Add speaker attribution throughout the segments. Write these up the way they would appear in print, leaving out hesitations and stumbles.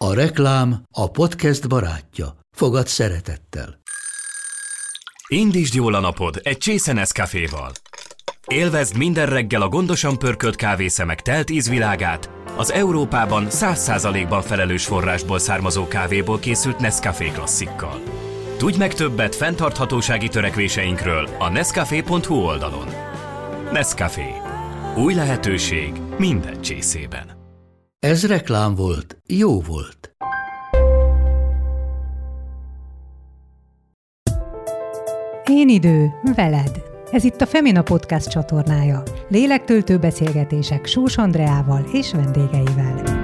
Speaker 1: A reklám a podcast barátja. Fogad szeretettel.
Speaker 2: Indítsd jól a napod egy csésze Nescaféval. Élvezd minden reggel a gondosan pörkölt kávészemek telt ízvilágát, az Európában 100%-ban felelős forrásból származó kávéból készült Nescafé klasszikkal. Tudj meg többet fenntarthatósági törekvéseinkről a nescafé.hu oldalon. Nescafé. Új lehetőség minden csészében.
Speaker 1: Ez reklám volt, jó volt.
Speaker 3: Én idő, veled. Ez itt a Femina Podcast csatornája. Lélektöltő beszélgetések Sós Andreával és vendégeivel.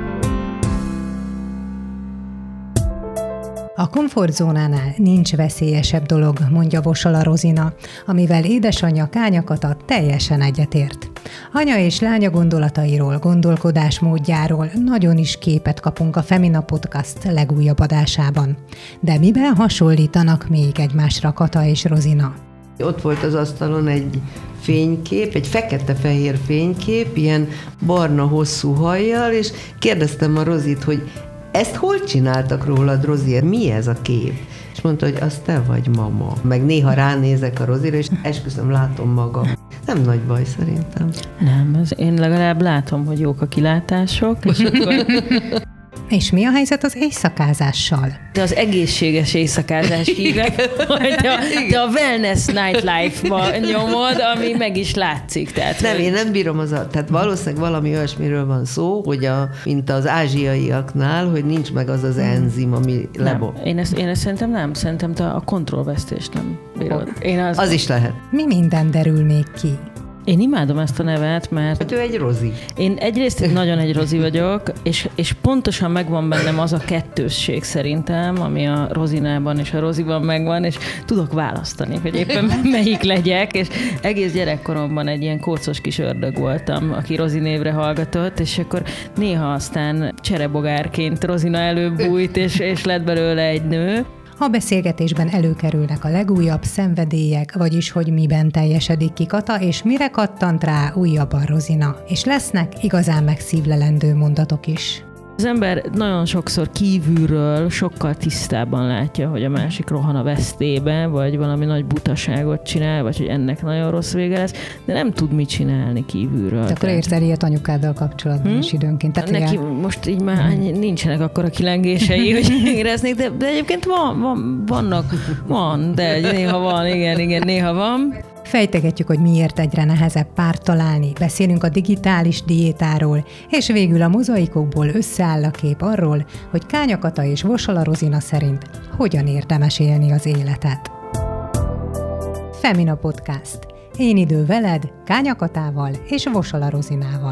Speaker 3: A komfortzónánál nincs veszélyesebb dolog, mondja Vosala Rozina, amivel édesanyja Kánya Kata teljesen egyetért. Anya és lánya gondolatairól, gondolkodásmódjáról nagyon is képet kapunk a Femina Podcast legújabb adásában. De miben hasonlítanak még egymásra Kata és Rozina?
Speaker 4: Ott volt az asztalon egy fénykép, egy fekete-fehér fénykép, ilyen barna hosszú hajjal, és kérdeztem a Rozit, hogy ezt hol csináltak rólad, Rozi? Mi ez a kép? És mondta, hogy az te vagy, mama. Meg néha ránézek a Rozira, és esküszöm, látom magam. Nem nagy baj szerintem.
Speaker 5: Nem, én legalább látom, hogy jók a kilátások, és akkor...
Speaker 3: És mi a helyzet az éjszakázással?
Speaker 5: De az egészséges éjszakázás hívek, hogy te a wellness nightlife-ba nyomod, ami meg is látszik. Tehát,
Speaker 4: nem, én nem bírom tehát valószínűleg valami olyasmiről van szó, hogy mint az ázsiaiaknál, hogy nincs meg az az enzim, ami lebog.
Speaker 5: Én ezt szerintem nem. Szerintem te a kontrollvesztést nem bírod.
Speaker 4: Az is lehet.
Speaker 3: Mi minden derül még ki?
Speaker 5: Én imádom ezt a nevet, mert...
Speaker 4: Hát ő egy Rozi.
Speaker 5: Én egyrészt nagyon egy Rozi vagyok, és pontosan megvan bennem az a kettősség szerintem, ami a Rozinában és a Roziban megvan, és tudok választani, hogy éppen melyik legyek, és egész gyerekkoromban egy ilyen kócos kis ördög voltam, aki Rozi névre hallgatott, és akkor néha aztán cserebogárként Rozina előbújt, és lett belőle egy nő.
Speaker 3: A beszélgetésben előkerülnek a legújabb szenvedélyek, vagyis hogy miben teljesedik ki Kata, és mire kattant rá újabban Rozina. És lesznek igazán megszívlelendő mondatok is.
Speaker 5: Az ember nagyon sokszor kívülről sokkal tisztábban látja, hogy a másik rohan a vesztébe, vagy valami nagy butaságot csinál, vagy hogy ennek nagyon rossz vége lesz, de nem tud mit csinálni kívülről.
Speaker 3: De akkor érzel ilyet anyukáddal kapcsolatban is időnként. Tehát
Speaker 5: neki most így már nincsenek akkor a kilengései, hogy éreznék, de egyébként van, de néha van, igen, néha van.
Speaker 3: Fejtegetjük, hogy miért egyre nehezebb párt találni, beszélünk a digitális diétáról, és végül a mozaikokból összeáll a kép arról, hogy Kánya Kata és Vosala Rozina szerint hogyan érdemes élni az életet. Femina Podcast. Én idő veled, Kánya Katával és Vosala Rozinával.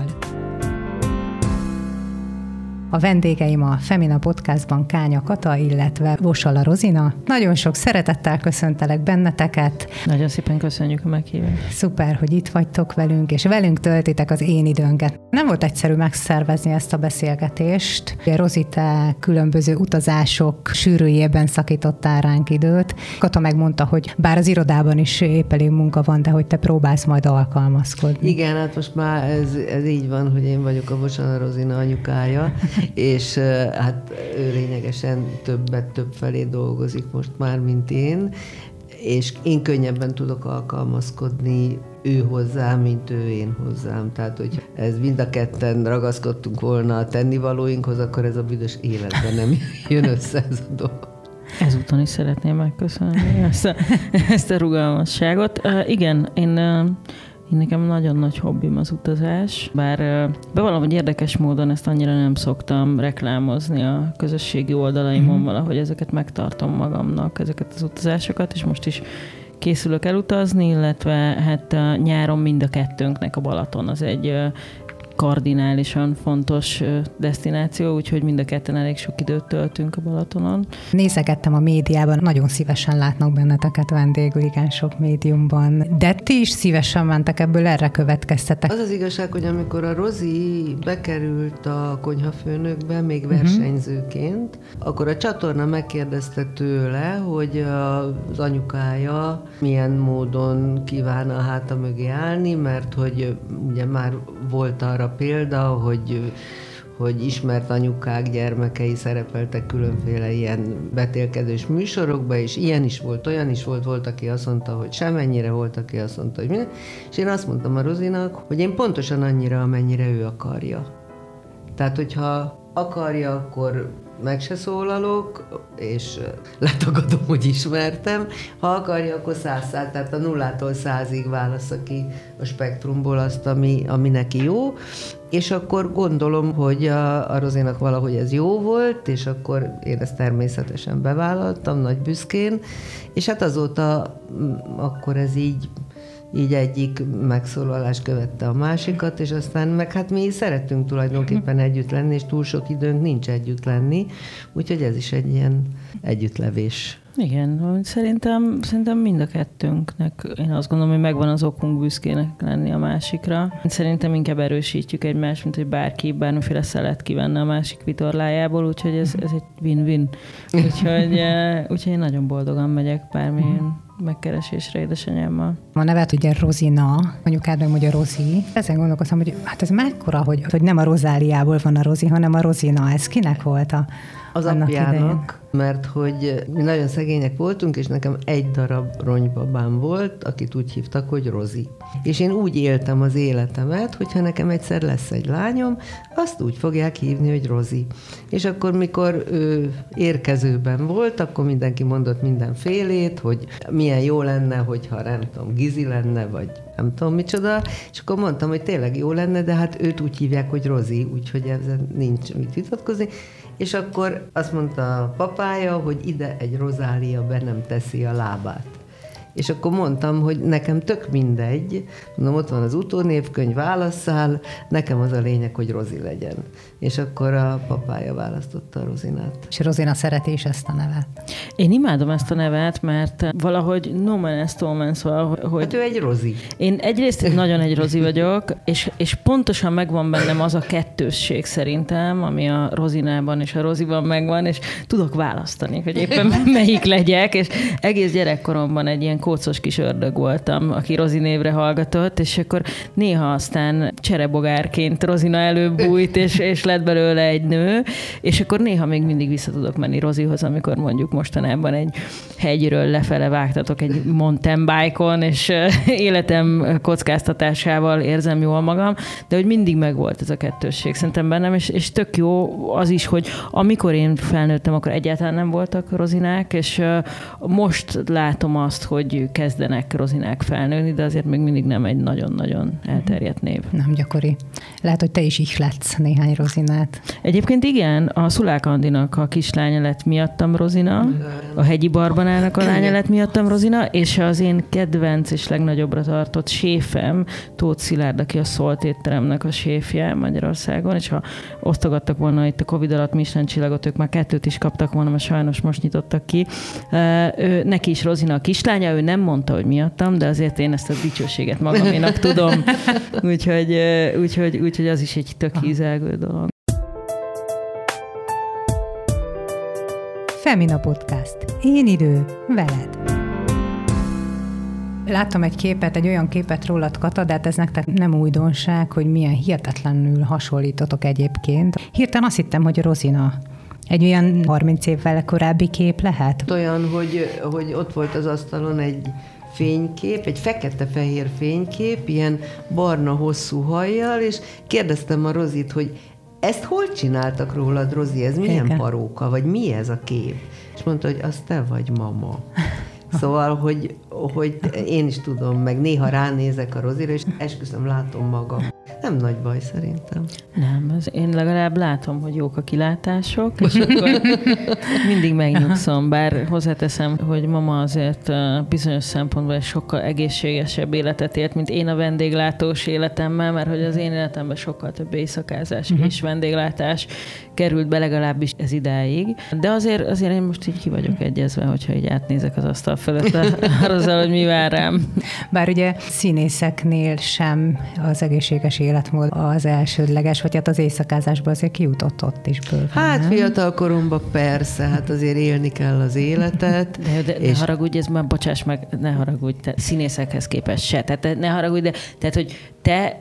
Speaker 3: A vendégeim a Femina Podcastban Kánya Kata, illetve Vosala Rozina. Nagyon sok szeretettel köszöntelek benneteket.
Speaker 5: Nagyon szépen köszönjük a meghívást.
Speaker 3: Szuper, hogy itt vagytok velünk, és velünk töltitek az én időnket. Nem volt egyszerű megszervezni ezt a beszélgetést. Rozi, te különböző utazások sűrűjében szakítottál ránk időt. Kata megmondta, hogy bár az irodában is épp elég munka van, de hogy te próbálsz majd alkalmazkodni.
Speaker 4: Igen, hát most már ez így van, hogy én vagyok a Vosala Rozina anyukája, és hát ő lényegesen több felé dolgozik most már, mint én, és én könnyebben tudok alkalmazkodni ő hozzá, mint ő én hozzám. Tehát, hogy ez mind a ketten ragaszkodtunk volna a tennivalóinkhoz, akkor ez a büdös életben nem jön össze ez a dolog.
Speaker 5: Ezúton is szeretném megköszönni ezt a rugalmasságot. Igen, én nekem nagyon nagy hobbim az utazás, bár bevallom, hogy érdekes módon ezt annyira nem szoktam reklámozni a közösségi oldalaimon, valahogy ezeket megtartom magamnak, ezeket az utazásokat, és most is készülök elutazni, illetve hát nyáron mind a kettőnknek a Balaton az egy kardinálisan fontos desztináció, úgyhogy mind a ketten elég sok időt töltünk a Balatonon.
Speaker 3: Nézegettem a médiában, nagyon szívesen látnak benneteket vendégül, igen, sok médiumban. De ti is szívesen mentek ebből, erre következtetek.
Speaker 4: Az az igazság, hogy amikor a Rozi bekerült a konyhafőnökbe, még versenyzőként, akkor a csatorna megkérdezte tőle, hogy az anyukája milyen módon kíván a háta mögé állni, mert hogy ugye már volt arra példa, hogy ismert anyukák gyermekei szerepeltek különféle ilyen betélkedős műsorokba, és ilyen is volt, olyan is volt, aki azt mondta, hogy semennyire, volt, aki azt mondta, hogy minden. És én azt mondtam a Rozinak, hogy én pontosan annyira, amennyire ő akarja. Tehát, hogyha akarja, akkor meg se szólalok, és letagadom, hogy ismertem. Ha akarja, akkor 100, tehát a 0-tól 100-ig válassza ki a spektrumból azt, ami neki jó, és akkor gondolom, hogy a Rozinak valahogy ez jó volt, és akkor én ezt természetesen bevállaltam, nagy büszkén, és hát azóta akkor ez így egyik megszólalás követte a másikat, és aztán meg hát mi szeretünk tulajdonképpen együtt lenni, és túl sok időnk nincs együtt lenni, úgyhogy ez is egy ilyen együttlevés.
Speaker 5: Igen, szerintem mind a kettőnknek, én azt gondolom, hogy megvan az okunk büszkének lenni a másikra. Szerintem inkább erősítjük egymást, mint hogy bárki bármiféle szelet kivenne a másik vitorlájából, úgyhogy ez egy win-win. Úgyhogy én nagyon boldogan megyek bármilyen megkeresésre édesanyámmal.
Speaker 3: A nevet ugye Rozina, anyukád meg mondja Rozi. Ezen gondolkoztam, hogy hát ez mekkora, hogy nem a Rozáliából van a Rozi, hanem a Rozina. Ez kinek volt
Speaker 4: az apjának, mert hogy mi nagyon szegények voltunk, és nekem egy darab ronybabám volt, akit úgy hívtak, hogy Rozi. És én úgy éltem az életemet, hogyha nekem egyszer lesz egy lányom, azt úgy fogják hívni, hogy Rozi. És akkor, mikor ő érkezőben volt, akkor mindenki mondott mindenfélét, hogy milyen jó lenne, hogyha nem tudom, Gizi lenne, vagy nem tudom micsoda, és akkor mondtam, hogy tényleg jó lenne, de hát őt úgy hívják, hogy Rozi, úgyhogy ezen nincs mit vitatkozni. És akkor azt mondta a papája, hogy ide egy Rozália be nem teszi a lábát. És akkor mondtam, hogy nekem tök mindegy, mondom, ott van az utónévkönyv, válasszál, nekem az a lényeg, hogy Rozi legyen. És akkor a papája választotta a Rozinát.
Speaker 3: És Rozina szereti is ezt a nevet.
Speaker 5: Én imádom ezt a nevet, mert valahogy no man est all man, szóval, hogy...
Speaker 4: Hát ő egy Rozi.
Speaker 5: Én egyrészt nagyon egy Rozi vagyok, és pontosan megvan bennem az a kettősség szerintem, ami a Rozinában és a Roziban megvan, és tudok választani, hogy éppen melyik legyek, és egész gyerekkoromban egy ilyen kócos kis ördög voltam, aki Rozi névre hallgatott, és akkor néha aztán cserebogárként Rozina előbújt, és lett belőle egy nő, és akkor néha még mindig vissza tudok menni Rozihoz, amikor mondjuk mostanában egy hegyről lefele vágtatok egy mountain bike-on, és életem kockáztatásával érzem jól magam, de hogy mindig megvolt ez a kettősség szerintem bennem, és tök jó az is, hogy amikor én felnőttem, akkor egyáltalán nem voltak Rozinák, és most látom azt, hogy kezdenek Rozinák felnőni, de azért még mindig nem egy nagyon-nagyon elterjedt név. Nem
Speaker 3: gyakori. Lehet, hogy te is ihletsz néhány Rozinát.
Speaker 5: Egyébként igen, a Szulák Andinak a kislánya lett miattam Rozina, a Hegyi Barbanának a lánya lett miattam Rozina, és az én kedvenc és legnagyobbra tartott séfem, Tóth Szilárd, aki a Szolt étteremnek a séfje Magyarországon, és ha osztogattak volna itt a Covid alatt Michelin csillagot, ők már 2 is kaptak volna, mert sajnos most nyitottak ki. Neki is Rozina a kislánya, ő nem mondta, hogy miattam, de azért én ezt a dicsőséget magaménak tudom. Úgyhogy az is egy tök hízelgő dolog.
Speaker 3: Femina Podcast. Én idő, veled. Láttam egy képet, egy olyan képet rólad, Kata, de hát ez nektek nem újdonság, hogy milyen hihetetlenül hasonlítotok egyébként. Hirtelen azt hittem, hogy Rozina. Egy olyan 30 évvel korábbi kép lehet?
Speaker 4: Olyan, hogy ott volt az asztalon egy fénykép, egy fekete-fehér fénykép, ilyen barna hosszú hajjal, és kérdeztem a Rozit, hogy ezt hol csináltak rólad, Rozi, ez milyen paróka, vagy mi ez a kép? És mondta, hogy az te vagy, mama. Szóval, hogy én is tudom, meg néha ránézek a Rozira, és esküszöm, látom magam. Nem nagy baj szerintem.
Speaker 5: Nem, én legalább látom, hogy jók a kilátások, és akkor mindig megnyugszom, bár hozzáteszem, hogy mama azért bizonyos szempontból egy sokkal egészségesebb életet élt, mint én a vendéglátós életemmel, mert hogy az én életemben sokkal több éjszakázás és vendéglátás került be, legalábbis ez idáig. De azért én most így ki vagyok egyezve, hogyha így átnézek az asztal fölött azzal, hogy mi vár rám.
Speaker 3: Bár ugye színészeknél sem az egészséges életmód az elsődleges, vagy hát az éjszakázásban azért kijutott ott is bőven.
Speaker 4: Hát fiatal koromban persze, hát azért élni kell az életet.
Speaker 5: De és... ne haragudj, ez már, bocsáss meg, ne haragudj, te színészekhez képest se. Tehát ne haragudj, de tehát, hogy te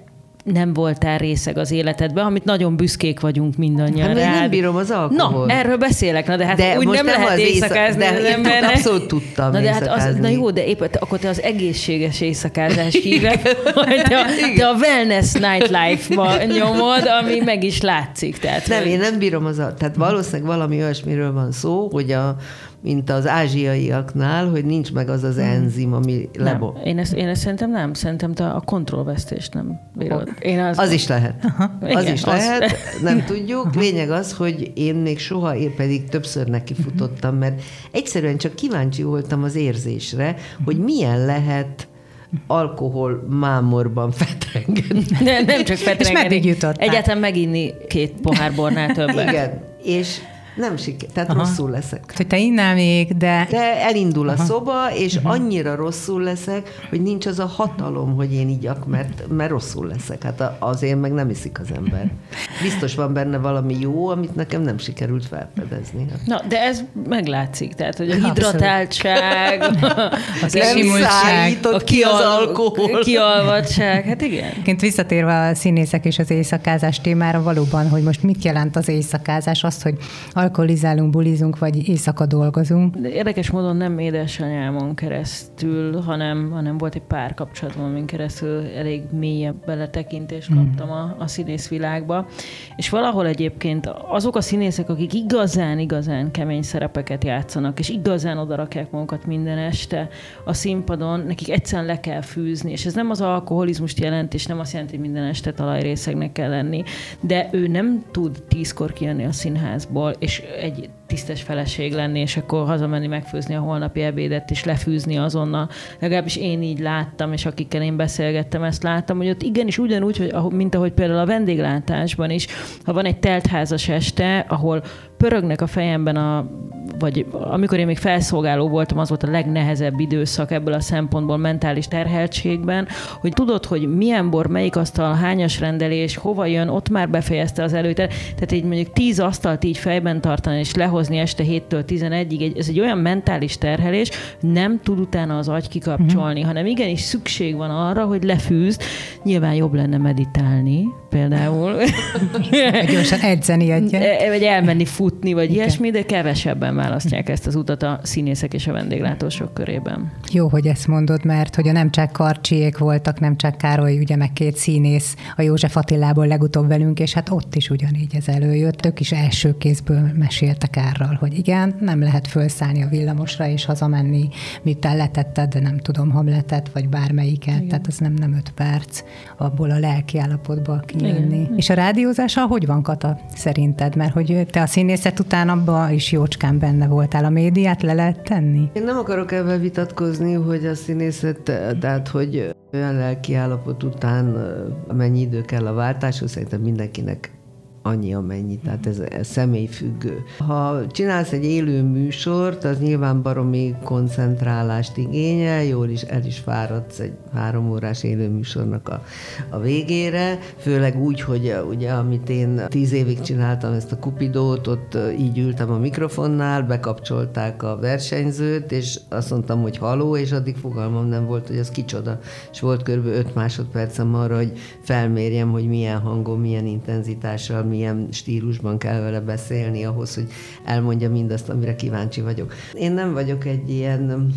Speaker 5: nem voltál részeg az életedben, amit nagyon büszkék vagyunk mindannyian rád.
Speaker 4: Hát nem bírom az alkohol.
Speaker 5: Na, erről beszélek, de hát
Speaker 4: de
Speaker 5: úgy
Speaker 4: most
Speaker 5: nem lehet éjszakázni az embernek.
Speaker 4: Abszolút tudtam
Speaker 5: na, de hát
Speaker 4: éjszakázni.
Speaker 5: na jó, de épp akkor te az egészséges éjszakázás híve, vagy te a wellness nightlife-ba nyomod, ami meg is látszik. Tehát,
Speaker 4: nem, én nem bírom tehát valószínűleg valami olyasmiről van szó, hogy mint az ázsiaiaknál, hogy nincs meg az az enzim, ami
Speaker 5: Én ezt szerintem nem. Szerintem te a kontrollvesztést nem bírod.
Speaker 4: Az is lehet.
Speaker 5: Igen,
Speaker 4: az is lehet, nem tudjuk. Lényeg az, hogy én még soha, én pedig többször nekifutottam, mert egyszerűen csak kíváncsi voltam az érzésre, hogy milyen lehet alkohol mámorban fetrengeni.
Speaker 5: Nem csak fetrengeni.
Speaker 3: És meddig jutottál?
Speaker 5: Egyáltalán meginni 2 pohár bornál többet.
Speaker 4: Igen, és nem tehát rosszul leszek.
Speaker 3: Hogy te innál még, de
Speaker 4: elindul a szoba, és annyira rosszul leszek, hogy nincs az a hatalom, hogy én igyak, mert rosszul leszek. Hát azért meg nem iszik az ember. Biztos van benne valami jó, amit nekem nem sikerült felfedezni.
Speaker 5: Na, de ez meglátszik. Tehát, hogy a hidratáltság,
Speaker 3: a kisimultság,
Speaker 4: a
Speaker 5: kialvatság. Hát igen.
Speaker 3: Ként visszatérve a színészek és az éjszakázás témára, valóban, hogy most mit jelent az éjszakázás, azt, hogy alkoholizálunk, bulizunk, vagy éjszaka dolgozunk. De
Speaker 5: érdekes módon nem édesanyámon keresztül, hanem volt egy párkapcsolatom, amin keresztül elég mélyebb beletekintést kaptam a színészvilágba. És valahol egyébként azok a színészek, akik igazán kemény szerepeket játszanak, és igazán odarakják magukat minden este a színpadon, nekik egyszerűen le kell fűzni, és ez nem az alkoholizmust jelent, és nem azt jelenti, hogy minden este talajrészegnek kell lenni, de ő nem tud 10-kor kijönni a színházból, és egy tisztes feleség lenni, és akkor hazamenni, megfőzni a holnapi ebédet, és lefűzni azonnal. Legalábbis én így láttam, és akikkel én beszélgettem, ezt láttam, hogy ott igenis ugyanúgy, hogy, mint ahogy például a vendéglátásban is, ha van egy teltházas este, ahol pörögnek a fejemben vagy amikor én még felszolgáló voltam, az volt a legnehezebb időszak ebből a szempontból mentális terheltségben, hogy tudod, hogy milyen bor, melyik asztal, hányas rendelés, hova jön, ott már befejezte az előtt. Tehát így mondjuk 10 asztalt így fejben tartani, és lehozni este 7-től 11-ig, ez egy olyan mentális terhelés, nem tud utána az agy kikapcsolni, hanem igenis szükség van arra, hogy lefűzd. Nyilván jobb lenne meditálni, például.
Speaker 3: Gyorsan edzeni egyet.
Speaker 5: Vagy elmenni futni, vagy ilyesmi, de kevesebben választják ezt az utat a színészek és a vendéglátósok körében.
Speaker 3: Jó, hogy ezt mondod, mert hogy a nem csak Karcsiék voltak, nem csak Károly, ugye meg 2 színész, a József Attilából legutóbb velünk, és hát ott is ugyanígy ez előjött. Ők is első kézből meséltek Árral, hogy igen, nem lehet felszállni a villamosra és hazamenni, miután letetted, de nem tudom, hamletet, vagy bármelyiket, igen. Tehát az nem 5 perc abból a lelki állapotból kijönni. Igen. És a rádiózással hogy van, Kata, szerinted? Mert hogy te a színészet után abban is jócskán benne voltál, a médiát le lehet tenni?
Speaker 4: Én nem akarok ebben vitatkozni, hogy a színészet, tehát hogy olyan lelki állapot után mennyi idő kell a váltáshoz, szerintem mindenkinek annyi, amennyi, tehát ez személyfüggő. Ha csinálsz egy élő műsort, az nyilván baromi koncentrálást igényel, jól is el is fáradsz egy 3 órás élő műsornak a végére, főleg úgy, hogy ugye, amit én 10 évig csináltam ezt a Cupidót, ott így ültem a mikrofonnál, bekapcsolták a versenyzőt, és azt mondtam, hogy haló, és addig fogalmam nem volt, hogy az kicsoda. És volt kb. 5 másodpercem arra, hogy felmérjem, hogy milyen hangon, milyen intenzitással, milyen stílusban kell vele beszélni ahhoz, hogy elmondja mindazt, amire kíváncsi vagyok. Én nem vagyok egy ilyen,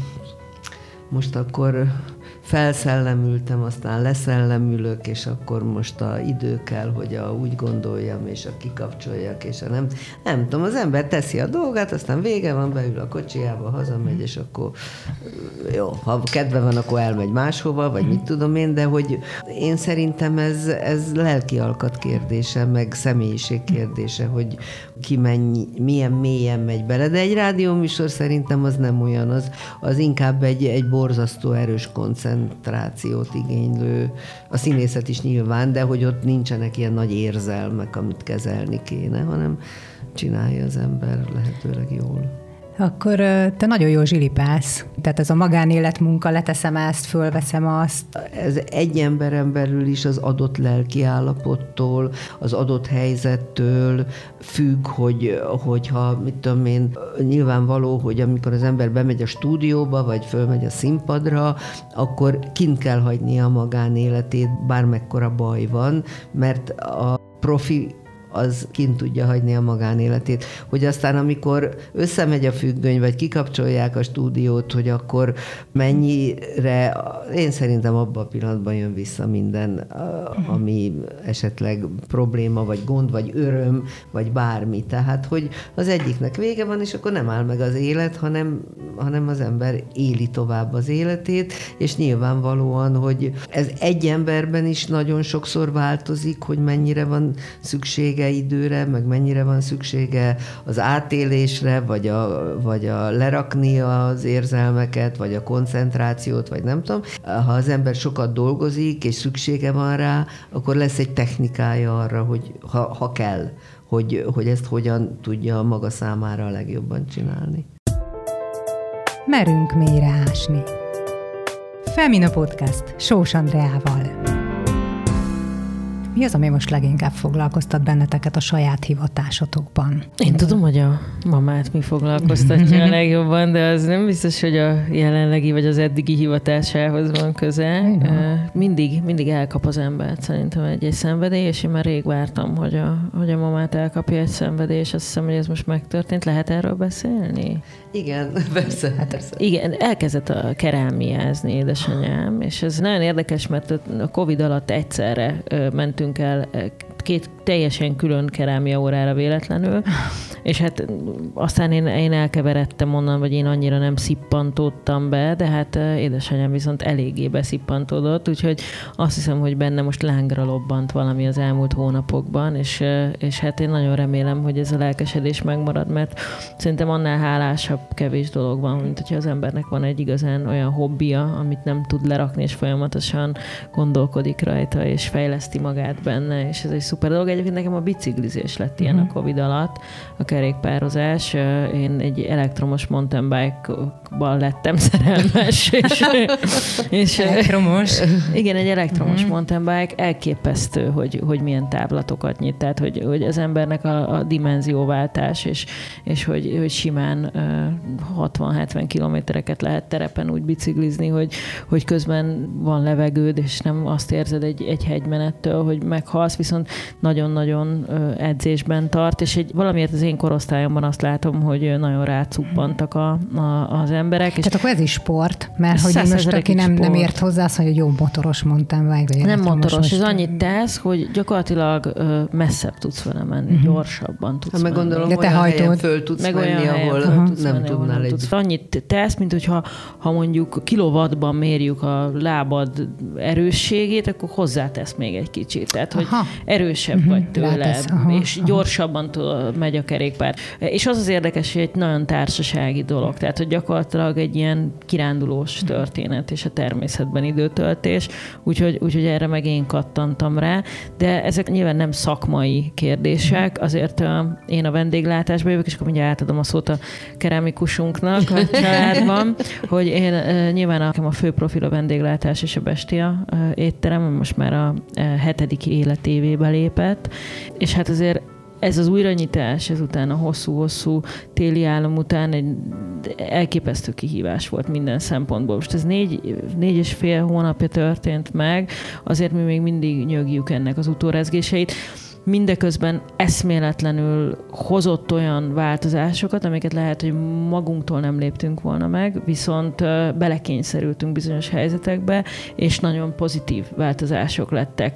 Speaker 4: most akkor felszellemültem, aztán leszellemülök, és akkor most idő kell, hogy úgy gondoljam, és kikapcsoljak, és nem tudom, az ember teszi a dolgát, aztán vége van, beül a kocsijába, hazamegy, és akkor jó, ha kedve van, akkor elmegy máshova, vagy mit tudom én, de hogy én szerintem ez lelki alkat kérdése, meg személyiség kérdése, hogy ki milyen mélyen megy bele, de egy rádióműsor szerintem az nem olyan, az inkább egy borzasztó erős koncentrációt igénylő, a színészet is nyilván, de hogy ott nincsenek ilyen nagy érzelmek, amit kezelni kéne, hanem csinálja az ember lehetőleg jól.
Speaker 3: Akkor te nagyon jól zsilipálsz. Tehát ez a magánélet munka, leteszem ezt, fölveszem azt.
Speaker 4: Ez egy emberen belül is az adott lelki állapottól, az adott helyzettől függ, hogyha, mit tudom én, nyilvánvaló, hogy amikor az ember bemegy a stúdióba, vagy fölmegy a színpadra, akkor kint kell hagynia a magánéletét, bármekkora baj van, mert a profi az kint tudja hagyni a magánéletét. Hogy aztán, amikor összemegy a függöny, vagy kikapcsolják a stúdiót, hogy akkor mennyire, én szerintem abban a pillanatban jön vissza minden, ami esetleg probléma, vagy gond, vagy öröm, vagy bármi. Tehát, hogy az egyiknek vége van, és akkor nem áll meg az élet, hanem az ember éli tovább az életét, és nyilvánvalóan, hogy ez egy emberben is nagyon sokszor változik, hogy mennyire van szüksége időre, meg mennyire van szüksége az átélésre, vagy a lerakni az érzelmeket, vagy a koncentrációt, vagy nem tudom. Ha az ember sokat dolgozik, és szüksége van rá, akkor lesz egy technikája arra, hogy ha kell, hogy ezt hogyan tudja maga számára a legjobban csinálni.
Speaker 3: Merünk mélyre ásni. Femina Podcast Sós Andreával. Mi az, ami most leginkább foglalkoztat benneteket a saját hivatásotokban?
Speaker 5: Én tudom, hogy a mamát mi foglalkoztatja a legjobban, de az nem biztos, hogy a jelenlegi vagy az eddigi hivatásához van köze. Mindig elkap az embert szerintem egy szenvedély, és én már rég vártam, hogy a mamát elkapja egy szenvedély, és azt hiszem, hogy ez most megtörtént. Lehet erről beszélni?
Speaker 4: Igen, persze. Persze.
Speaker 5: Igen, elkezdett a kerámiázni édesanyám, és ez nagyon érdekes, mert a Covid alatt egyszerre mentünk el két teljesen külön kerámia órára véletlenül, és hát aztán én elkeveredtem onnan, vagy én annyira nem szippantottam be, de hát édesanyám viszont eléggé beszippantódott, úgyhogy azt hiszem, hogy benne most lángra lobbant valami az elmúlt hónapokban, és hát én nagyon remélem, hogy ez a lelkesedés megmarad, mert szerintem annál hálásabb kevés dolog van, mint hogyha az embernek van egy igazán olyan hobbija, amit nem tud lerakni, és folyamatosan gondolkodik rajta, és fejleszti magát benne, és ez egy szuper dolog. Egyébként nekem a biciklizés lett ilyen a Covid alatt, a kerékpározás. Én egy elektromos mountain bike-ban lettem szerelmes. és
Speaker 3: elektromos?
Speaker 5: Igen, egy elektromos mountain bike elképesztő, hogy milyen távlatokat nyit. Tehát, hogy az embernek a dimenzióváltás, és hogy simán 60-70 kilométereket lehet terepen úgy biciklizni, hogy közben van levegőd, és nem azt érzed egy hegymenettől, hogy meghalsz, viszont nagyon-nagyon edzésben tart, és valamiért az én korosztályomban azt látom, hogy nagyon rácuppantak az emberek.
Speaker 3: Tehát akkor ez is sport, mert hogy most aki nem ért hozzá, azt mondja, hogy jó motoros mountain bike, vagy
Speaker 5: nem motoros, ez annyit tesz, hogy gyakorlatilag messzebb tudsz vele menni, gyorsabban tudsz menni.
Speaker 4: Gondolom, de te helyen föl tudsz menni, ahol nem tudnál egy...
Speaker 5: Annyit tesz, mint hogyha mondjuk kilowattban mérjük a lábad erősségét, akkor hozzátesz még egy kicsit. Tehát, hogy erősebb vagy tőle, és gyorsabban megy a kerékpár. És az érdekes, hogy egy nagyon társasági dolog. Tehát, hogy gyakorlatilag egy ilyen kirándulós történet, és a természetben időtöltés. Úgyhogy erre meg én kattantam rá. De ezek nyilván nem szakmai kérdések. Azért én a vendéglátásba jövök, és akkor mindjárt átadom a szót a keramikusunknak a családban, hogy én nyilván nekem a fő profil a vendéglátás és a Bestia étterem, most már a 7. életévébe lépett, és hát azért ez az újranyitás, ezután a hosszú-hosszú téli álom után egy elképesztő kihívás volt minden szempontból. Most ez 4,5 hónapja történt meg, azért mi még mindig nyögjük ennek az utórezgéseit. Mindeközben eszméletlenül hozott olyan változásokat, amiket lehet, hogy magunktól nem léptünk volna meg, viszont belekényszerültünk bizonyos helyzetekbe, és nagyon pozitív változások lettek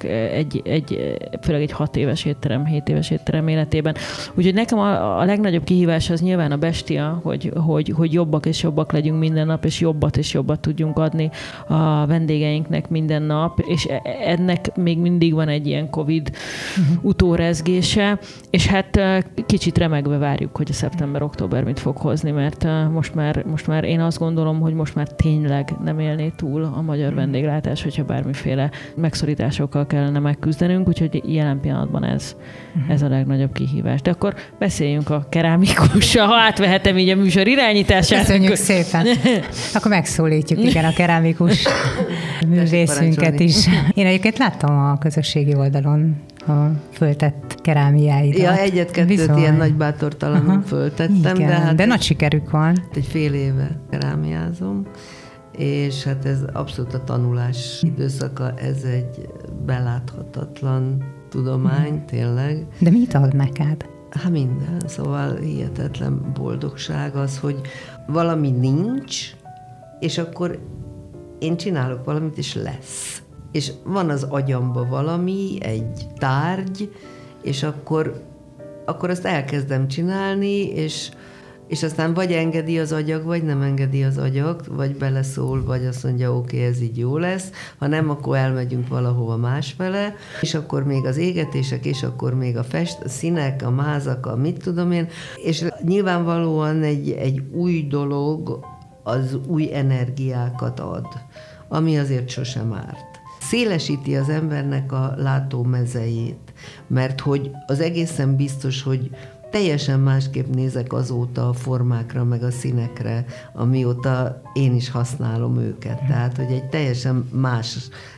Speaker 5: főleg egy 6 éves étterem, 7 éves étterem életében. Úgyhogy nekem a legnagyobb kihívás az nyilván a Bestia, hogy jobbak és jobbak legyünk minden nap, és jobbat tudjunk adni a vendégeinknek minden nap, és ennek még mindig van egy ilyen Covid tórezgése, és hát kicsit remegve várjuk, hogy a szeptember-október mit fog hozni, mert most már én azt gondolom, hogy most már tényleg nem élné túl a magyar vendéglátás, hogyha bármiféle megszorításokkal kellene megküzdenünk, úgyhogy jelen pillanatban ez a legnagyobb kihívás. De akkor beszéljünk a kerámikussal, ha átvehetem így a műsor irányítását.
Speaker 3: Köszönjük szépen. Akkor megszólítjuk igen a kerámikus művészünket is. Én egyébként láttam a közösségi oldalon a föltett kerámiáidat.
Speaker 4: Ja, egyet-kettőt ilyen nagy bátortalanul föltettem.
Speaker 3: Igen, de nagy sikerük van.
Speaker 4: Egy fél éve kerámiázom, és hát ez abszolút a tanulás időszaka, ez egy beláthatatlan tudomány, tényleg.
Speaker 3: De mit ad neked?
Speaker 4: Hát minden, szóval hihetetlen boldogság az, hogy valami nincs, és akkor én csinálok valamit, és lesz. És van az agyamba valami, egy tárgy, és akkor azt elkezdem csinálni, és aztán vagy engedi az agyag, vagy nem engedi az agyag, vagy beleszól, vagy azt mondja, oké, ez így jó lesz, ha nem, akkor elmegyünk valahova másfele, és akkor még az égetések, és akkor még a színek, a mázak, a mit tudom én, és nyilvánvalóan egy új dolog az új energiákat ad, ami azért sosem árt. Szélesíti az embernek a látómezejét, mert hogy az egészen biztos, hogy teljesen másképp nézek azóta a formákra, meg a színekre, amióta én is használom őket. Tehát, hogy egy teljesen más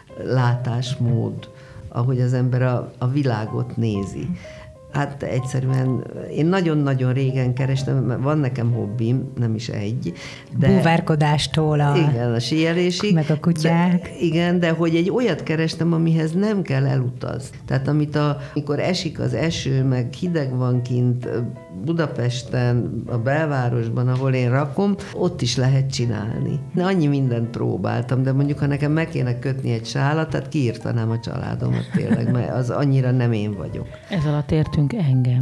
Speaker 4: látásmód, ahogy az ember a világot nézi. Hát egyszerűen én nagyon-nagyon régen kerestem, van nekem hobbim, nem is egy.
Speaker 3: Búvárkodástól
Speaker 4: igen, a síelésig.
Speaker 3: Meg a kutyák.
Speaker 4: Igen, de hogy egy olyat kerestem, amihez nem kell elutazni. Tehát amikor esik az eső, meg hideg van kint Budapesten, a belvárosban, ahol én rakom, ott is lehet csinálni. Annyi mindent próbáltam, de mondjuk, ha nekem meg kéne kötni egy sálat, tehát kiírtanám a családomat tényleg, mert az annyira nem én vagyok.
Speaker 5: Ez alatt értünk engem.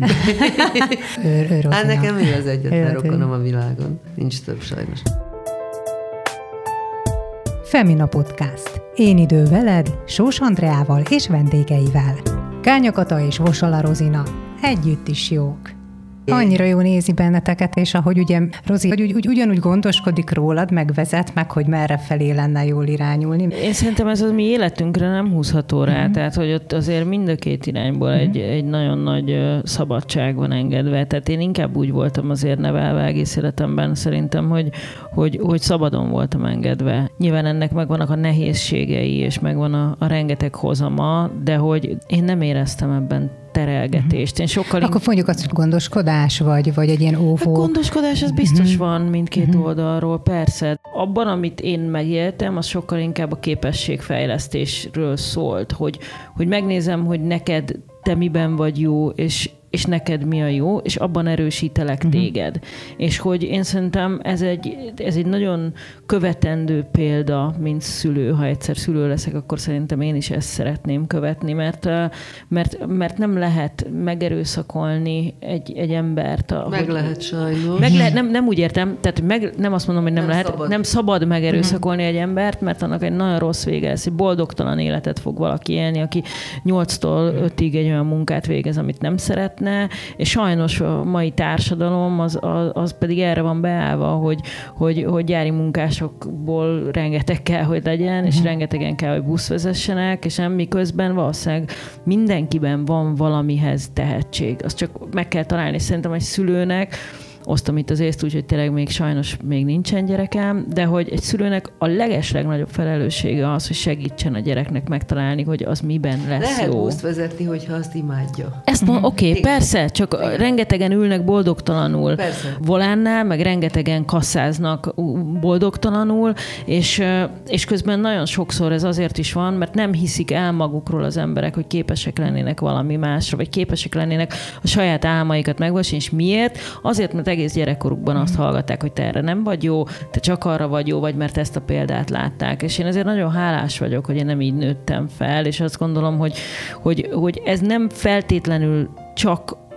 Speaker 4: Hát nekem ő az egyetlen rokonom a világon. Nincs több sajnos.
Speaker 3: Femina Podcast. Én idő veled, Sós Andreával és vendégeivel. Kánya Kata és Vosala Rozina. Együtt is jók. Annyira jó nézi benneteket, és ahogy ugye Rozi ugyanúgy gondoskodik rólad, megvezet meg, hogy merre felé lenne jól irányulni.
Speaker 5: Én szerintem ez az mi életünkre nem húzható rá, tehát hogy ott azért mind a két irányból egy nagyon nagy szabadság van engedve. Tehát én inkább úgy voltam azért nevelve egész életemben szerintem, hogy szabadon voltam engedve. Nyilván ennek megvannak a nehézségei, és megvan a rengeteg hozama, de hogy én nem éreztem ebben terelgetést. Én sokkal
Speaker 3: akkor mondjuk azt, hogy gondoskodás, vagy egy ilyen óvó.
Speaker 5: A gondoskodás az biztos van mindkét oldalról, persze. Abban, amit én megéltem, az sokkal inkább a képességfejlesztésről szólt, hogy megnézem, hogy neked te miben vagy jó, és neked mi a jó, és abban erősítelek téged. És hogy én szerintem ez egy nagyon követendő példa, mint szülő. Ha egyszer szülő leszek, akkor szerintem én is ezt szeretném követni, mert nem lehet megerőszakolni egy embert.
Speaker 4: Meg lehet sajnos.
Speaker 5: Nem úgy értem, tehát nem azt mondom, hogy nem lehet, szabad. Nem szabad megerőszakolni egy embert, mert annak egy nagyon rossz vége lesz, hogy boldogtalan életet fog valaki élni, aki 8-tól 5-ig egy olyan munkát végez, amit nem szeretne, és sajnos a mai társadalom az pedig erre van beállva, hogy gyári munkásokból rengeteg kell, hogy legyen, és rengetegen kell, hogy buszvezessenek, és miközben valószínűleg mindenkiben van valamihez tehetség. Azt csak meg kell találni, szerintem egy szülőnek, osztom itt az észt úgy, hogy tényleg még sajnos még nincsen gyerekem, de hogy egy szülőnek a legeslegnagyobb felelőssége az, hogy segítsen a gyereknek megtalálni, hogy az miben lesz
Speaker 4: lehet
Speaker 5: jó.
Speaker 4: buszt vezetni, hogyha azt imádja.
Speaker 5: Ezt oké, persze, csak rengetegen ülnek boldogtalanul volánnál, meg rengetegen kasszáznak boldogtalanul, és közben nagyon sokszor ez azért is van, mert nem hiszik el magukról az emberek, hogy képesek lennének valami másra, vagy képesek lennének a saját álmaikat megvalósítani, és miért? Azért, mert egész gyerekkorukban azt hallgatták, hogy te erre nem vagy jó, te csak arra vagy jó, vagy mert ezt a példát látták. És én ezért nagyon hálás vagyok, hogy én nem így nőttem fel, és azt gondolom, hogy ez nem feltétlenül csak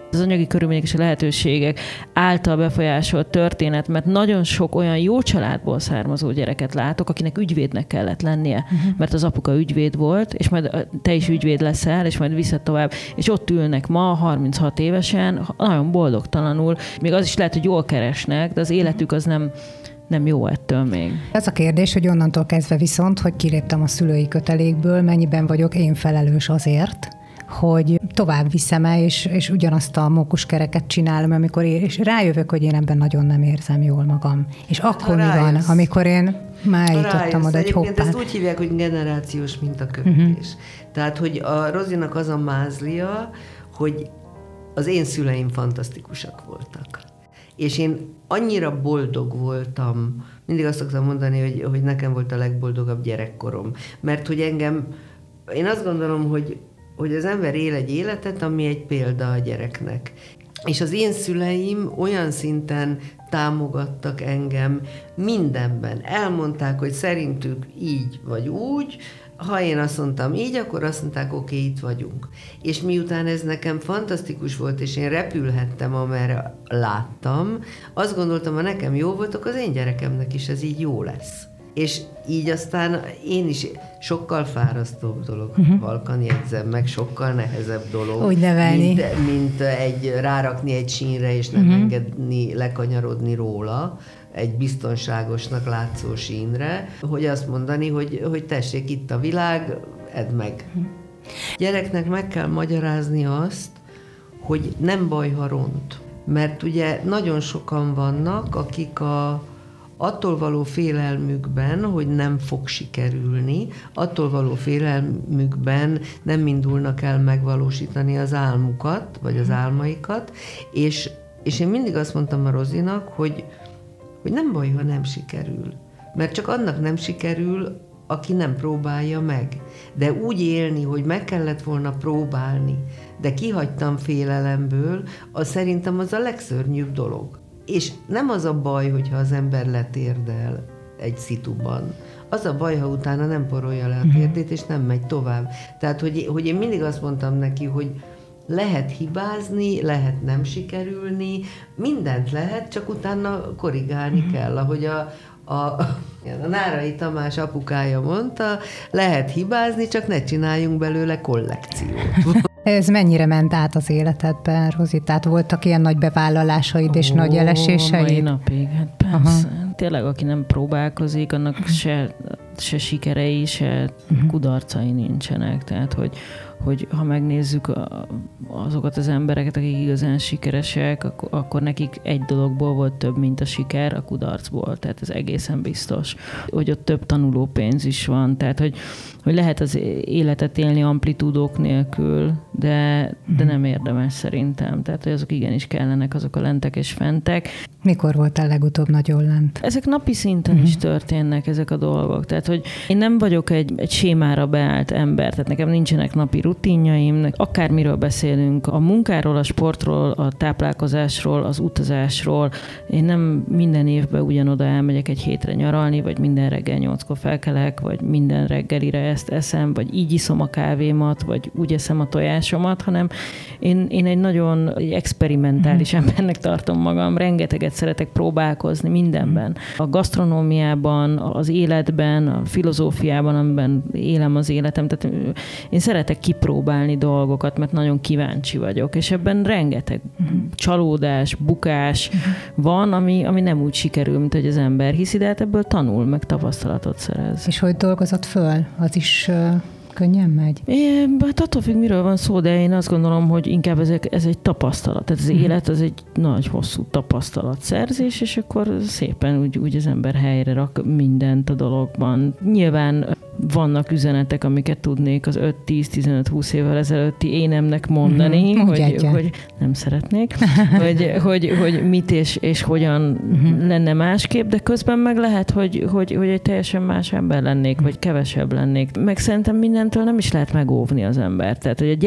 Speaker 5: Az anyagi körülmények és a lehetőségek által befolyásolt történet, mert nagyon sok olyan jó családból származó gyereket látok, akinek ügyvédnek kellett lennie, mert az apuka ügyvéd volt, és majd te is ügyvéd leszel, és majd vissza tovább, és ott ülnek ma 36 évesen, nagyon boldogtalanul, még az is lehet, hogy jól keresnek, de az életük az nem jó ettől még.
Speaker 3: Ez a kérdés, hogy onnantól kezdve viszont, hogy kiléptem a szülői kötelékből, mennyiben vagyok én felelős azért, hogy tovább viszem-e, és ugyanazt a mókuskereket csinálom, amikor és rájövök, hogy én ebben nagyon nem érzem jól magam. És akkor mi van, amikor én már jutottam oda, hogy hoppá.
Speaker 4: Ezt úgy hívják, hogy generációs mintakövetés. Tehát, hogy a Rozinak az a mázlia, hogy az én szüleim fantasztikusak voltak. És én annyira boldog voltam, mindig azt szoktam mondani, hogy nekem volt a legboldogabb gyerekkorom. Mert hogy én azt gondolom, hogy az ember él egy életet, ami egy példa a gyereknek. És az én szüleim olyan szinten támogattak engem mindenben. Elmondták, hogy szerintük így vagy úgy, ha én azt mondtam így, akkor azt mondták, oké, itt vagyunk. És miután ez nekem fantasztikus volt, és én repülhettem, amerre láttam, azt gondoltam, ha nekem jó voltok, az én gyerekemnek is ez így jó lesz. És így aztán én is sokkal fárasztóbb dolog, halkan jegyzem meg, sokkal nehezebb dolog,
Speaker 3: úgy nevelni.
Speaker 4: Mint rárakni egy sínre, és nem engedni lekanyarodni róla, egy biztonságosnak látszó sínre, hogy azt mondani, hogy tessék, itt a világ, edd meg. Gyereknek meg kell magyarázni azt, hogy nem baj, ha ront. Mert ugye nagyon sokan vannak, akik attól való félelmükben, hogy nem fog sikerülni, attól való félelmükben nem indulnak el megvalósítani az álmukat, vagy az álmaikat, és én mindig azt mondtam a Rozinak, hogy nem baj, ha nem sikerül. Mert csak annak nem sikerül, aki nem próbálja meg. De úgy élni, hogy meg kellett volna próbálni, de kihagytam félelemből, szerintem az a legszörnyűbb dolog. És nem az a baj, hogyha az ember letérdel egy szituban. Az a baj, ha utána nem porolja le a térdét, és nem megy tovább. Tehát, hogy én mindig azt mondtam neki, hogy lehet hibázni, lehet nem sikerülni, mindent lehet, csak utána korrigálni kell. Ahogy a Nárai Tamás apukája mondta, lehet hibázni, csak ne csináljunk belőle kollekciót.
Speaker 3: Ez mennyire ment át az életedben, Rozi? Tehát voltak ilyen nagy bevállalásaid és nagy eleséseid?
Speaker 5: Mai napig, hát persze. Aha. Tényleg, aki nem próbálkozik, annak se sikerei, se kudarcai nincsenek. Tehát, hogy ha megnézzük azokat az embereket, akik igazán sikeresek, akkor nekik egy dologból volt több, mint a siker, a kudarcból. Tehát ez egészen biztos, hogy ott több tanulópénz is van. Tehát, hogy lehet az életet élni amplitúdók nélkül, de nem érdemes szerintem. Tehát, hogy azok igenis kellenek, azok a lentek és fentek.
Speaker 3: Mikor voltál legutóbb nagyon lent?
Speaker 5: Ezek napi szinten is történnek ezek a dolgok. Tehát, hogy én nem vagyok egy sémára beállt ember, tehát nekem nincsenek napi rutinjaim, akármiről beszélünk, a munkáról, a sportról, a táplálkozásról, az utazásról. Én nem minden évben ugyanoda elmegyek egy hétre nyaralni, vagy minden reggel 8-kor felkelek, vagy minden reggelire ezt eszem, vagy így iszom a kávémat, vagy úgy eszem a tojásomat, hanem én egy nagyon experimentális embernek tartom magam, rengeteget szeretek próbálkozni mindenben. A gasztronómiában, az életben, a filozófiában, amiben élem az életem, tehát én szeretek kipróbálni dolgokat, mert nagyon kíváncsi vagyok, és ebben rengeteg csalódás, bukás van, ami nem úgy sikerül, mint hogy az ember hiszi, de hát ebből tanul, meg tapasztalatot szerez.
Speaker 3: És hogy dolgozott föl? Az is könnyen megy?
Speaker 5: Hát attól függ, miről van szó, de én azt gondolom, hogy inkább ez egy tapasztalat. Tehát az élet az egy nagy, hosszú tapasztalatszerzés, és akkor szépen úgy az ember helyre rak mindent a dologban. Nyilván vannak üzenetek, amiket tudnék az 5-10-15-20 évvel ezelőtti énemnek mondani, hogy nem szeretnék, hogy mit és hogyan lenne másképp, de közben meg lehet, hogy egy teljesen más ember lennék, vagy kevesebb lennék. Meg szerintem mindentől nem is lehet megóvni az embert. Tehát, hogy a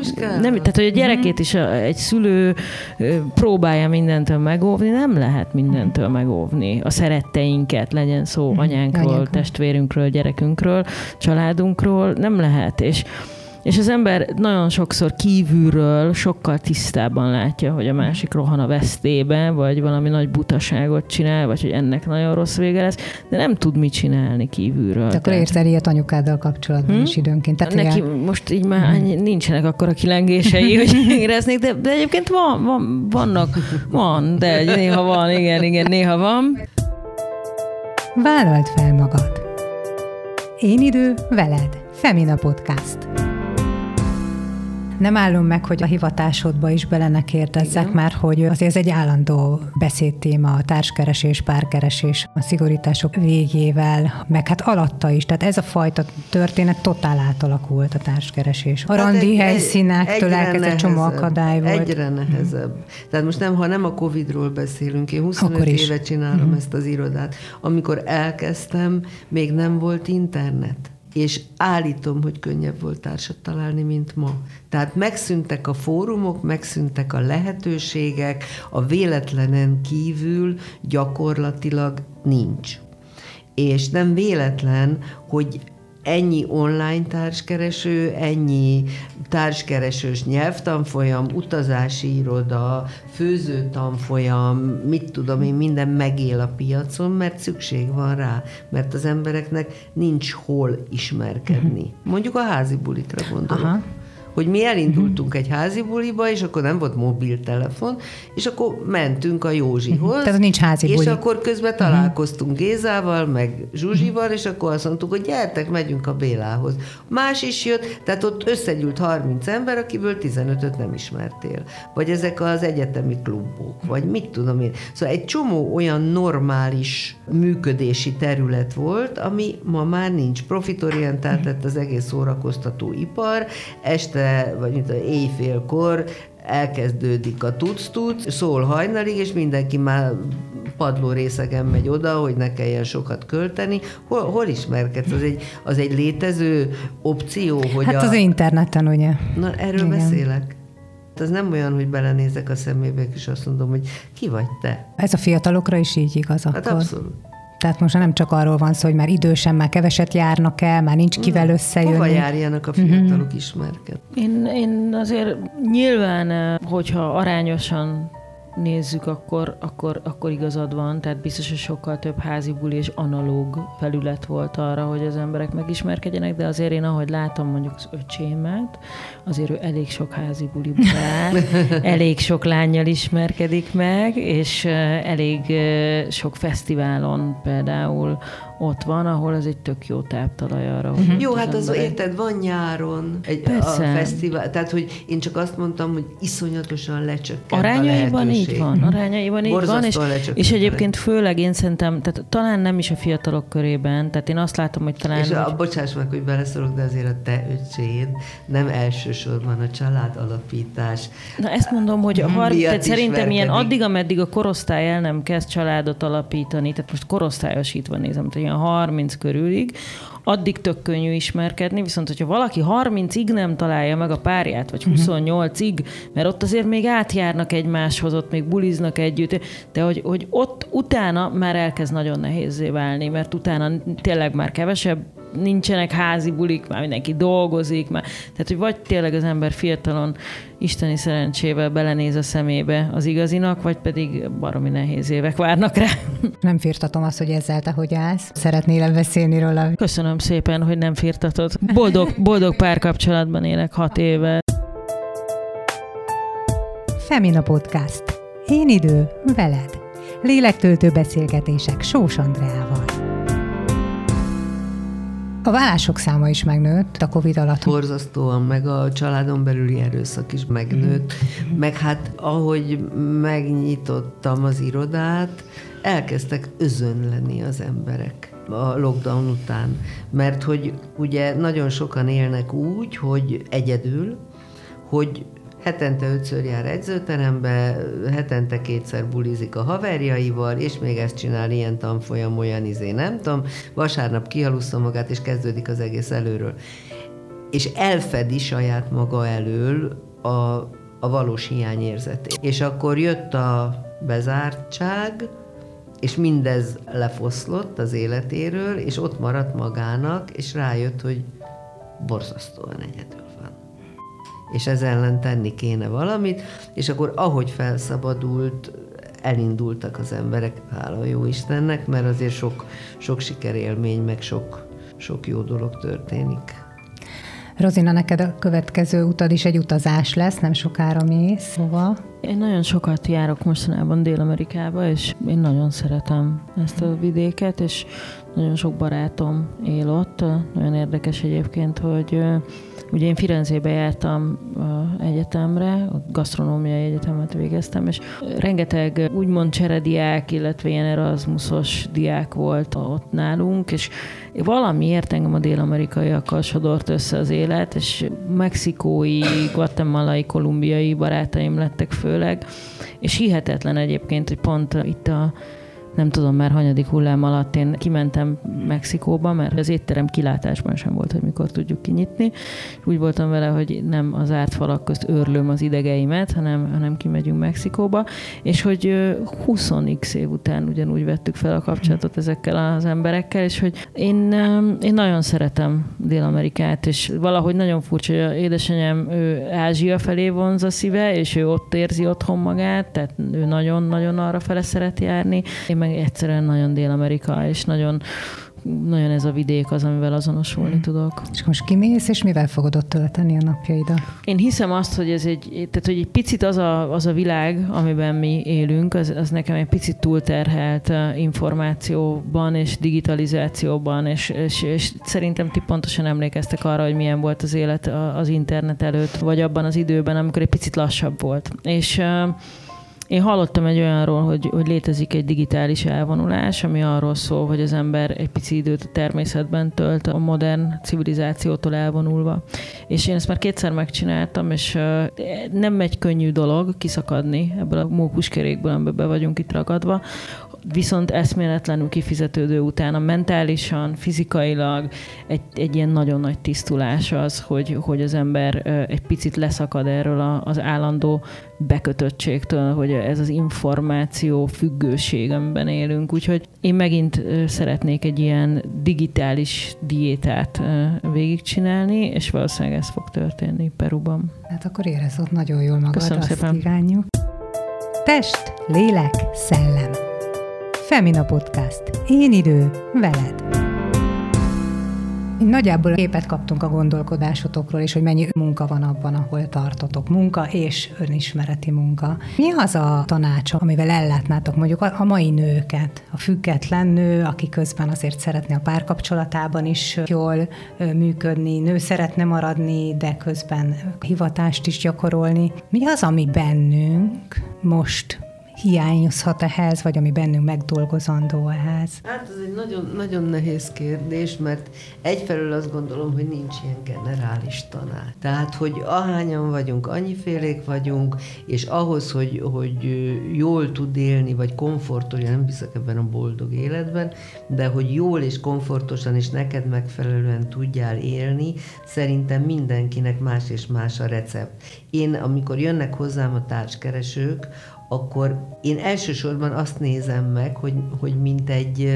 Speaker 5: gyerekét is egy szülő próbálja mindentől megóvni, nem lehet mindentől megóvni. A szeretteinket, legyen szó anyánkról, testvérünkről, gyerekünkről, családunkról, nem lehet. És az ember nagyon sokszor kívülről sokkal tisztában látja, hogy a másik rohan a vesztébe, vagy valami nagy butaságot csinál, vagy hogy ennek nagyon rossz vége lesz, de nem tud mit csinálni kívülről.
Speaker 3: Akkor érzel ilyet anyukáddal kapcsolatban is időnként. Tehát
Speaker 5: neki most így már nincsenek akkora kilengései, hogy éreznék, de egyébként van, de néha van, igen, néha van.
Speaker 3: Vállald fel magad. Én idő, veled. Femina Podcast. Nem állom meg, hogy a hivatásodba is bele ne kérdezzek már, hogy azért ez egy állandó beszédtéma, a társkeresés, párkeresés, a szigorítások végével, meg hát alatta is. Tehát ez a fajta történet totál átalakult a társkeresés. A randi helyszínektől elkezdve csomó akadály volt.
Speaker 4: Egyre nehezebb. Tehát most ha nem a Covid-ról beszélünk, én 25 éve csinálom ezt az irodát. Amikor elkezdtem, még nem volt internet. És állítom, hogy könnyebb volt társat találni, mint ma. Tehát megszűntek a fórumok, megszűntek a lehetőségek, a véletlenen kívül gyakorlatilag nincs. És nem véletlen, hogy ennyi online társkereső, ennyi társkeresős nyelvtanfolyam, utazási iroda, főzőtanfolyam, mit tudom én, minden megél a piacon, mert szükség van rá, mert az embereknek nincs hol ismerkedni. Mondjuk a házi bulikra gondolok. Aha. Hogy mi elindultunk egy házi buliba, és akkor nem volt mobiltelefon, és akkor mentünk a Józsihoz.
Speaker 3: Tehát nincs házi buli.
Speaker 4: És akkor közben találkoztunk Gézával, meg Zsuzsival, és akkor azt mondtuk, hogy gyertek, megyünk a Bélához. Más is jött, tehát ott összegyűlt 30 ember, akiből 15-öt nem ismertél. Vagy ezek az egyetemi klubok, vagy mit tudom én. Szóval egy csomó olyan normális működési terület volt, ami ma már nincs. Profitorientált lett az egész szórakoztató ipar, este vagy mint éjfélkor elkezdődik a tuc-tuc, szól hajnalig, és mindenki már padló részegen megy oda, hogy ne kelljen sokat költeni. Hol ismerkedsz? Az egy létező opció, hogy
Speaker 3: hát az interneten, ugye?
Speaker 4: Na, erről igen. Beszélek. Ez nem olyan, hogy belenézek a szemébe, és azt mondom, hogy ki vagy te?
Speaker 3: Ez a fiatalokra is így igaz akkor.
Speaker 4: Hát abszolút.
Speaker 3: Tehát most nem csak arról van szó, hogy már idősen, már keveset járnak el, már nincs kivel összejönni.
Speaker 4: Hova járjanak a fiatalok ismerkedni?
Speaker 5: Én azért nyilván, hogyha arányosan nézzük, akkor igazad van, tehát biztos, hogy sokkal több házi buli és analóg felület volt arra, hogy az emberek megismerkedjenek, de azért én, ahogy látom mondjuk az öcsémet, azért ő elég sok házi buliba jár, elég sok lánnyal ismerkedik meg, és elég sok fesztiválon például ott van, ahol ez egy tök jó táptalaj arra.
Speaker 4: Jó, hát az érted, van nyáron a fesztivál, tehát hogy én csak azt mondtam, hogy iszonyatosan lecsökkent
Speaker 5: arányaiban így van, arányaiban így van, és egyébként főleg én szerintem, tehát talán nem is a fiatalok körében, tehát én azt látom, hogy talán...
Speaker 4: És bocsáss meg, hogy beleszólok, de azért a te öcséd nem elsősorban a családalapítás.
Speaker 5: Na ezt mondom, hogy tehát szerintem ilyen addig, ameddig a korosztály el nem kezd családot alapítani, tehát most korosztályosítva nézem, tehát ilyen 30 körülig, addig tök könnyű ismerkedni, viszont hogyha valaki 30-ig nem találja meg a párját, vagy 28-ig, mert ott azért még átjárnak egymáshoz, ott még buliznak együtt, de hogy ott utána már elkezd nagyon nehézzé válni, mert utána tényleg már kevesebb, nincsenek házi bulik, már mindenki dolgozik, már. Tehát, hogy vagy tényleg az ember fiatalon isteni szerencsével belenéz a szemébe az igazinak, vagy pedig baromi nehéz évek várnak rá.
Speaker 3: Nem firtatom azt, hogy ezzel te hogy állsz. Szeretnél beszélni róla?
Speaker 5: Köszönöm szépen, hogy nem firtatod. Boldog párkapcsolatban élek 6 éve.
Speaker 3: Femina Podcast. Én idő, veled. Lélektöltő beszélgetések Sós Andreával. A vállások száma is megnőtt a Covid alatt.
Speaker 4: Borzasztóan, meg a családon belüli erőszak is megnőtt, meg hát ahogy megnyitottam az irodát, elkezdtek özönleni az emberek a lockdown után, mert hogy ugye nagyon sokan élnek úgy, hogy egyedül, hogy hetente 5-ször jár edzőterembe, hetente 2-szer bulizik a haverjaival, és még ezt csinál ilyen tanfolyam, olyan nem tudom, vasárnap kihalussza magát, és kezdődik az egész előről. És elfedi saját maga elől a valós hiányérzetét. És akkor jött a bezártság, és mindez lefoszlott az életéről, és ott maradt magának, és rájött, hogy borzasztóan egyedül van. és ez ellen tenni kéne valamit, és akkor ahogy felszabadult, elindultak az emberek, hála jó Istennek, mert azért sok sikerélmény, meg sok jó dolog történik.
Speaker 3: Rozina, neked a következő utad is egy utazás lesz, nem sokára mész. Hova?
Speaker 5: Én nagyon sokat járok mostanában Dél-Amerikába, és én nagyon szeretem ezt a vidéket, és nagyon sok barátom él ott. Nagyon érdekes egyébként, hogy ugye én Firenzébe jártam egyetemre, a gasztronómiai egyetemet végeztem, és rengeteg úgymond cserediák, illetve ilyen Erasmusos diák volt ott nálunk, és valamiért engem a dél-amerikaiakkal sodort össze az élet, és mexikói, guatemalai, kolumbiai barátaim lettek főleg, és hihetetlen egyébként, hogy pont itt nem tudom már hanyadik hullám alatt én kimentem Mexikóba, mert az étterem kilátásban sem volt, hogy mikor tudjuk kinyitni. Úgy voltam vele, hogy nem az zárt falak közt őrlöm az idegeimet, hanem kimegyünk Mexikóba, és hogy 20x év után ugyanúgy vettük fel a kapcsolatot ezekkel az emberekkel, és hogy én nagyon szeretem Dél-Amerikát, és valahogy nagyon furcsa, hogy édesanyám ő Ázsia felé vonz a szíve, és ő ott érzi otthon magát, tehát ő nagyon-nagyon arra fele szeret járni. Én meg egyszerűen nagyon Dél-Amerika, és nagyon ez a vidék az, amivel azonosulni tudok.
Speaker 3: És most kimész, és mivel fogod ott tölteni a napjaidat?
Speaker 5: Én hiszem azt, hogy tehát hogy egy picit az a világ, amiben mi élünk, az nekem egy picit túlterhelt információban és digitalizációban, és szerintem ti pontosan emlékeztek arra, hogy milyen volt az élet az internet előtt, vagy abban az időben, amikor egy picit lassabb volt. És én hallottam egy olyanról, hogy létezik egy digitális elvonulás, ami arról szól, hogy az ember egy pici időt a természetben tölt, a modern civilizációtól elvonulva. És én ezt már 2-szer megcsináltam, és nem megy könnyű dolog kiszakadni ebből a mókuskerékből, amiben be vagyunk itt ragadva, viszont eszméletlenül kifizetődő utána mentálisan, fizikailag egy ilyen nagyon nagy tisztulás az, hogy az ember egy picit leszakad erről az állandó bekötöttségtől, hogy ez az információ függőség, amiben élünk. Úgyhogy én megint szeretnék egy ilyen digitális diétát végigcsinálni, és valószínűleg ez fog történni Peruban.
Speaker 3: Hát akkor érezd ott nagyon jól magad,
Speaker 5: köszönöm
Speaker 3: azt
Speaker 5: szépen.
Speaker 3: kívánjuk. Test, lélek, szellem. Femina Podcast. Én idő, veled. Nagyjából képet kaptunk a gondolkodásotokról, és hogy mennyi munka van abban, ahol tartotok. Munka és önismereti munka. Mi az a tanács, amivel ellátnátok mondjuk a mai nőket? A független nő, aki közben azért szeretne a párkapcsolatában is jól működni, nő szeretne maradni, de közben hivatást is gyakorolni. Mi az, ami bennünk most hiányozhat ehhez, vagy ami bennünk megdolgozandó ehhez?
Speaker 4: Hát ez egy nagyon, nagyon nehéz kérdés, mert egyfelől azt gondolom, hogy nincs ilyen generális tanács. Tehát, hogy ahányan vagyunk, annyifélék vagyunk, és ahhoz, hogy jól tud élni, vagy komfortosan, nem hiszek ebben a boldog életben, de hogy jól és komfortosan és neked megfelelően tudjál élni, szerintem mindenkinek más és más a recept. Én, amikor jönnek hozzám a társkeresők, akkor én elsősorban azt nézem meg, hogy mint egy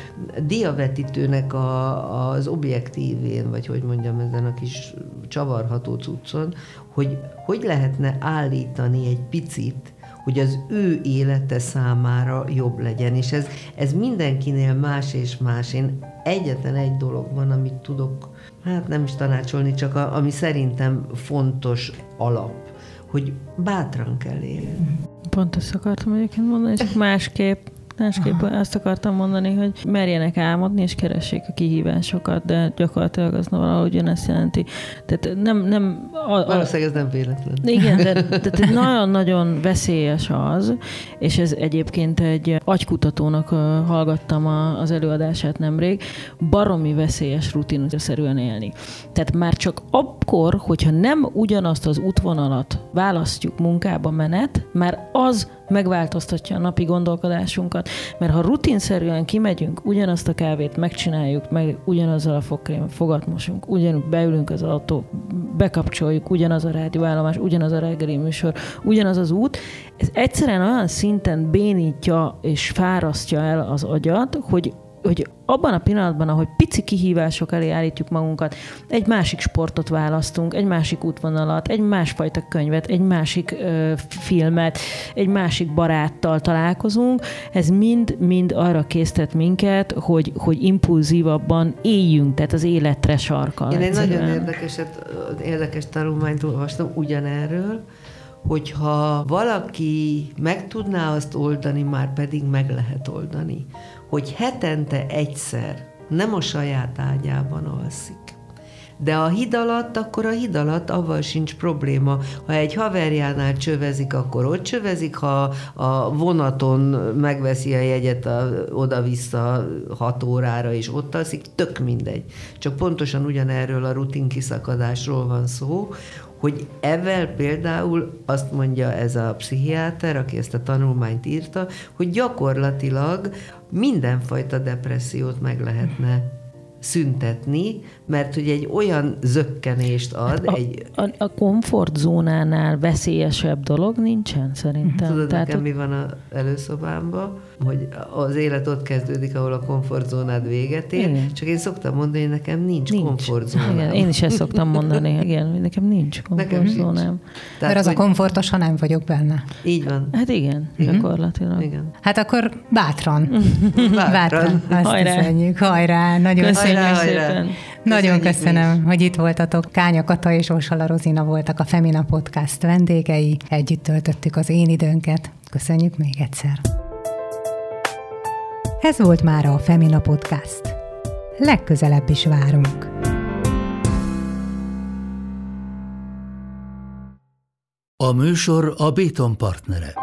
Speaker 4: diavetítőnek az objektívén, vagy hogy mondjam, ezen a kis csavarható cuccon, hogy lehetne állítani egy picit, hogy az ő élete számára jobb legyen. És ez mindenkinél más és más. Én egyetlen egy dolog van, amit tudok, hát nem is tanácsolni, csak ami szerintem fontos alap, hogy bátran kell élni.
Speaker 5: Pont ezt akartam egyébként mondani, csak másképp azt akartam mondani, hogy merjenek álmodni, és keressék a kihívásokat, de gyakorlatilag az valahogy ugyanezt jelenti. Tehát nem
Speaker 4: valószínűleg ez nem véletlen.
Speaker 5: Igen, de nagyon-nagyon veszélyes az, és ez egyébként egy agykutatónak hallgattam az előadását nemrég, baromi veszélyes rutinszerűen élni. Tehát már csak akkor, hogyha nem ugyanazt az útvonalat választjuk munkába menet, már az megváltoztatja a napi gondolkodásunkat, mert ha rutinszerűen kimegyünk, ugyanazt a kávét megcsináljuk, meg ugyanazzal a fogat mosunk, ugyanúgy beülünk az autó, bekapcsoljuk, ugyanaz a rádióállomás, ugyanaz a reggeli műsor, ugyanaz az út, ez egyszerűen olyan szinten bénítja és fárasztja el az agyat, hogy hogy abban a pillanatban, ahogy pici kihívások elé állítjuk magunkat, egy másik sportot választunk, egy másik útvonalat, egy másfajta könyvet, egy másik filmet, egy másik baráttal találkozunk, ez mind arra késztet minket, hogy impulzívabban éljünk, tehát az életre sarkal.
Speaker 4: Én egy nagyon érdekes tanulmányt olvastam ugyanerről, hogyha valaki meg tudná azt oldani, már pedig meg lehet oldani, hogy hetente egyszer nem a saját ágyában alszik. De a híd alatt, akkor a híd alatt avval sincs probléma. Ha egy haverjánál csövezik, akkor ott csövezik, ha a vonaton megveszi a jegyet oda-vissza 6 órára, és ott alszik, tök mindegy. Csak pontosan ugyanerről a rutin kiszakadásról van szó, hogy ezzel például azt mondja ez a pszichiáter, aki ezt a tanulmányt írta, hogy gyakorlatilag mindenfajta depressziót meg lehetne szüntetni, mert hogy egy olyan zökkenést ad.
Speaker 5: Hát a komfortzónánál veszélyesebb dolog nincsen, szerintem.
Speaker 4: Tudod, nekem mi van az előszobámban, hogy az élet ott kezdődik, ahol a komfortzónád véget ér, igen. Csak én szoktam mondani, hogy nekem nincs komfortzónám.
Speaker 5: Igen, én is ezt szoktam mondani, igen, nekem nincs komfortzónám.
Speaker 3: Mert az a komfortos, ha nem vagyok benne.
Speaker 4: Így van.
Speaker 5: Hát igen, gyakorlatilag.
Speaker 3: Igen. Hát akkor bátran. Bátran. Azt üzenjük. Hajrá! Nagyon
Speaker 5: szépen.
Speaker 3: Nagyon köszönöm, hogy itt voltatok. Kánya Kata és Orsala Rozina voltak a Femina Podcast vendégei. Együtt töltöttük az én időnket. Köszönjük még egyszer. Ez volt már a Femina Podcast. Legközelebb is várunk.
Speaker 1: A műsor a Béton partnere.